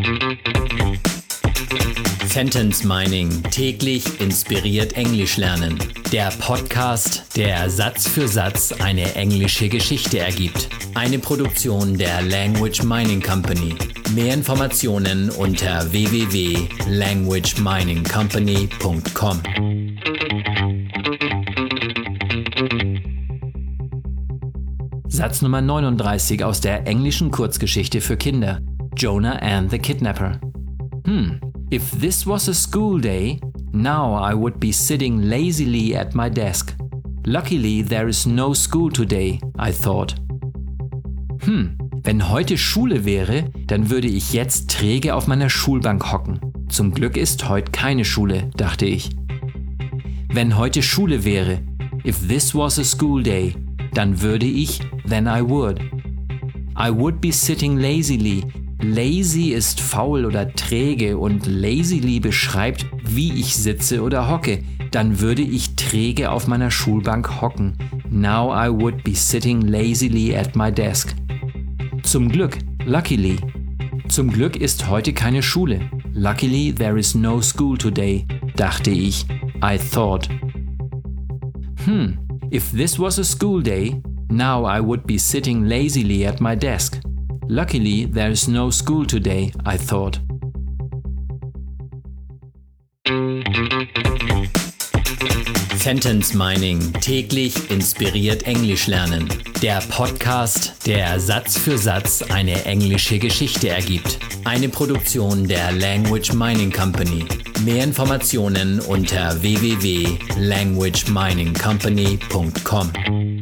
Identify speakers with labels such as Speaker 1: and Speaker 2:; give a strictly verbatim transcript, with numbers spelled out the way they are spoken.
Speaker 1: Sentence Mining. Täglich inspiriert Englisch lernen. Der Podcast, der Satz für Satz eine englische Geschichte ergibt. Eine Produktion der Language Mining Company. Mehr Informationen unter w w w punkt language mining company punkt com. Satz Nummer neununddreißig aus der englischen Kurzgeschichte für Kinder. Jonah and the Kidnapper. Hm. If this was a school day, now I would be sitting lazily at my desk. Luckily there is no school today, I thought. Hm, wenn heute Schule wäre, dann würde ich jetzt träge auf meiner Schulbank hocken. Zum Glück ist heute keine Schule, dachte ich. Wenn heute Schule wäre, if this was a school day, dann würde ich, then I would. I would be sitting lazily. Lazy ist faul oder träge und lazily beschreibt, wie ich sitze oder hocke. Dann würde ich träge auf meiner Schulbank hocken. Now I would be sitting lazily at my desk. Zum Glück, luckily. Zum Glück ist heute keine Schule. Luckily there is no school today, dachte ich. I thought. Hm, if this was a school day, now I would be sitting lazily at my desk. Luckily, there is no school today, I thought. Sentence Mining. Täglich inspiriert Englisch lernen. Der Podcast, der Satz für Satz eine englische Geschichte ergibt. Eine Produktion der Language Mining Company. Mehr Informationen unter w w w punkt language mining company punkt com.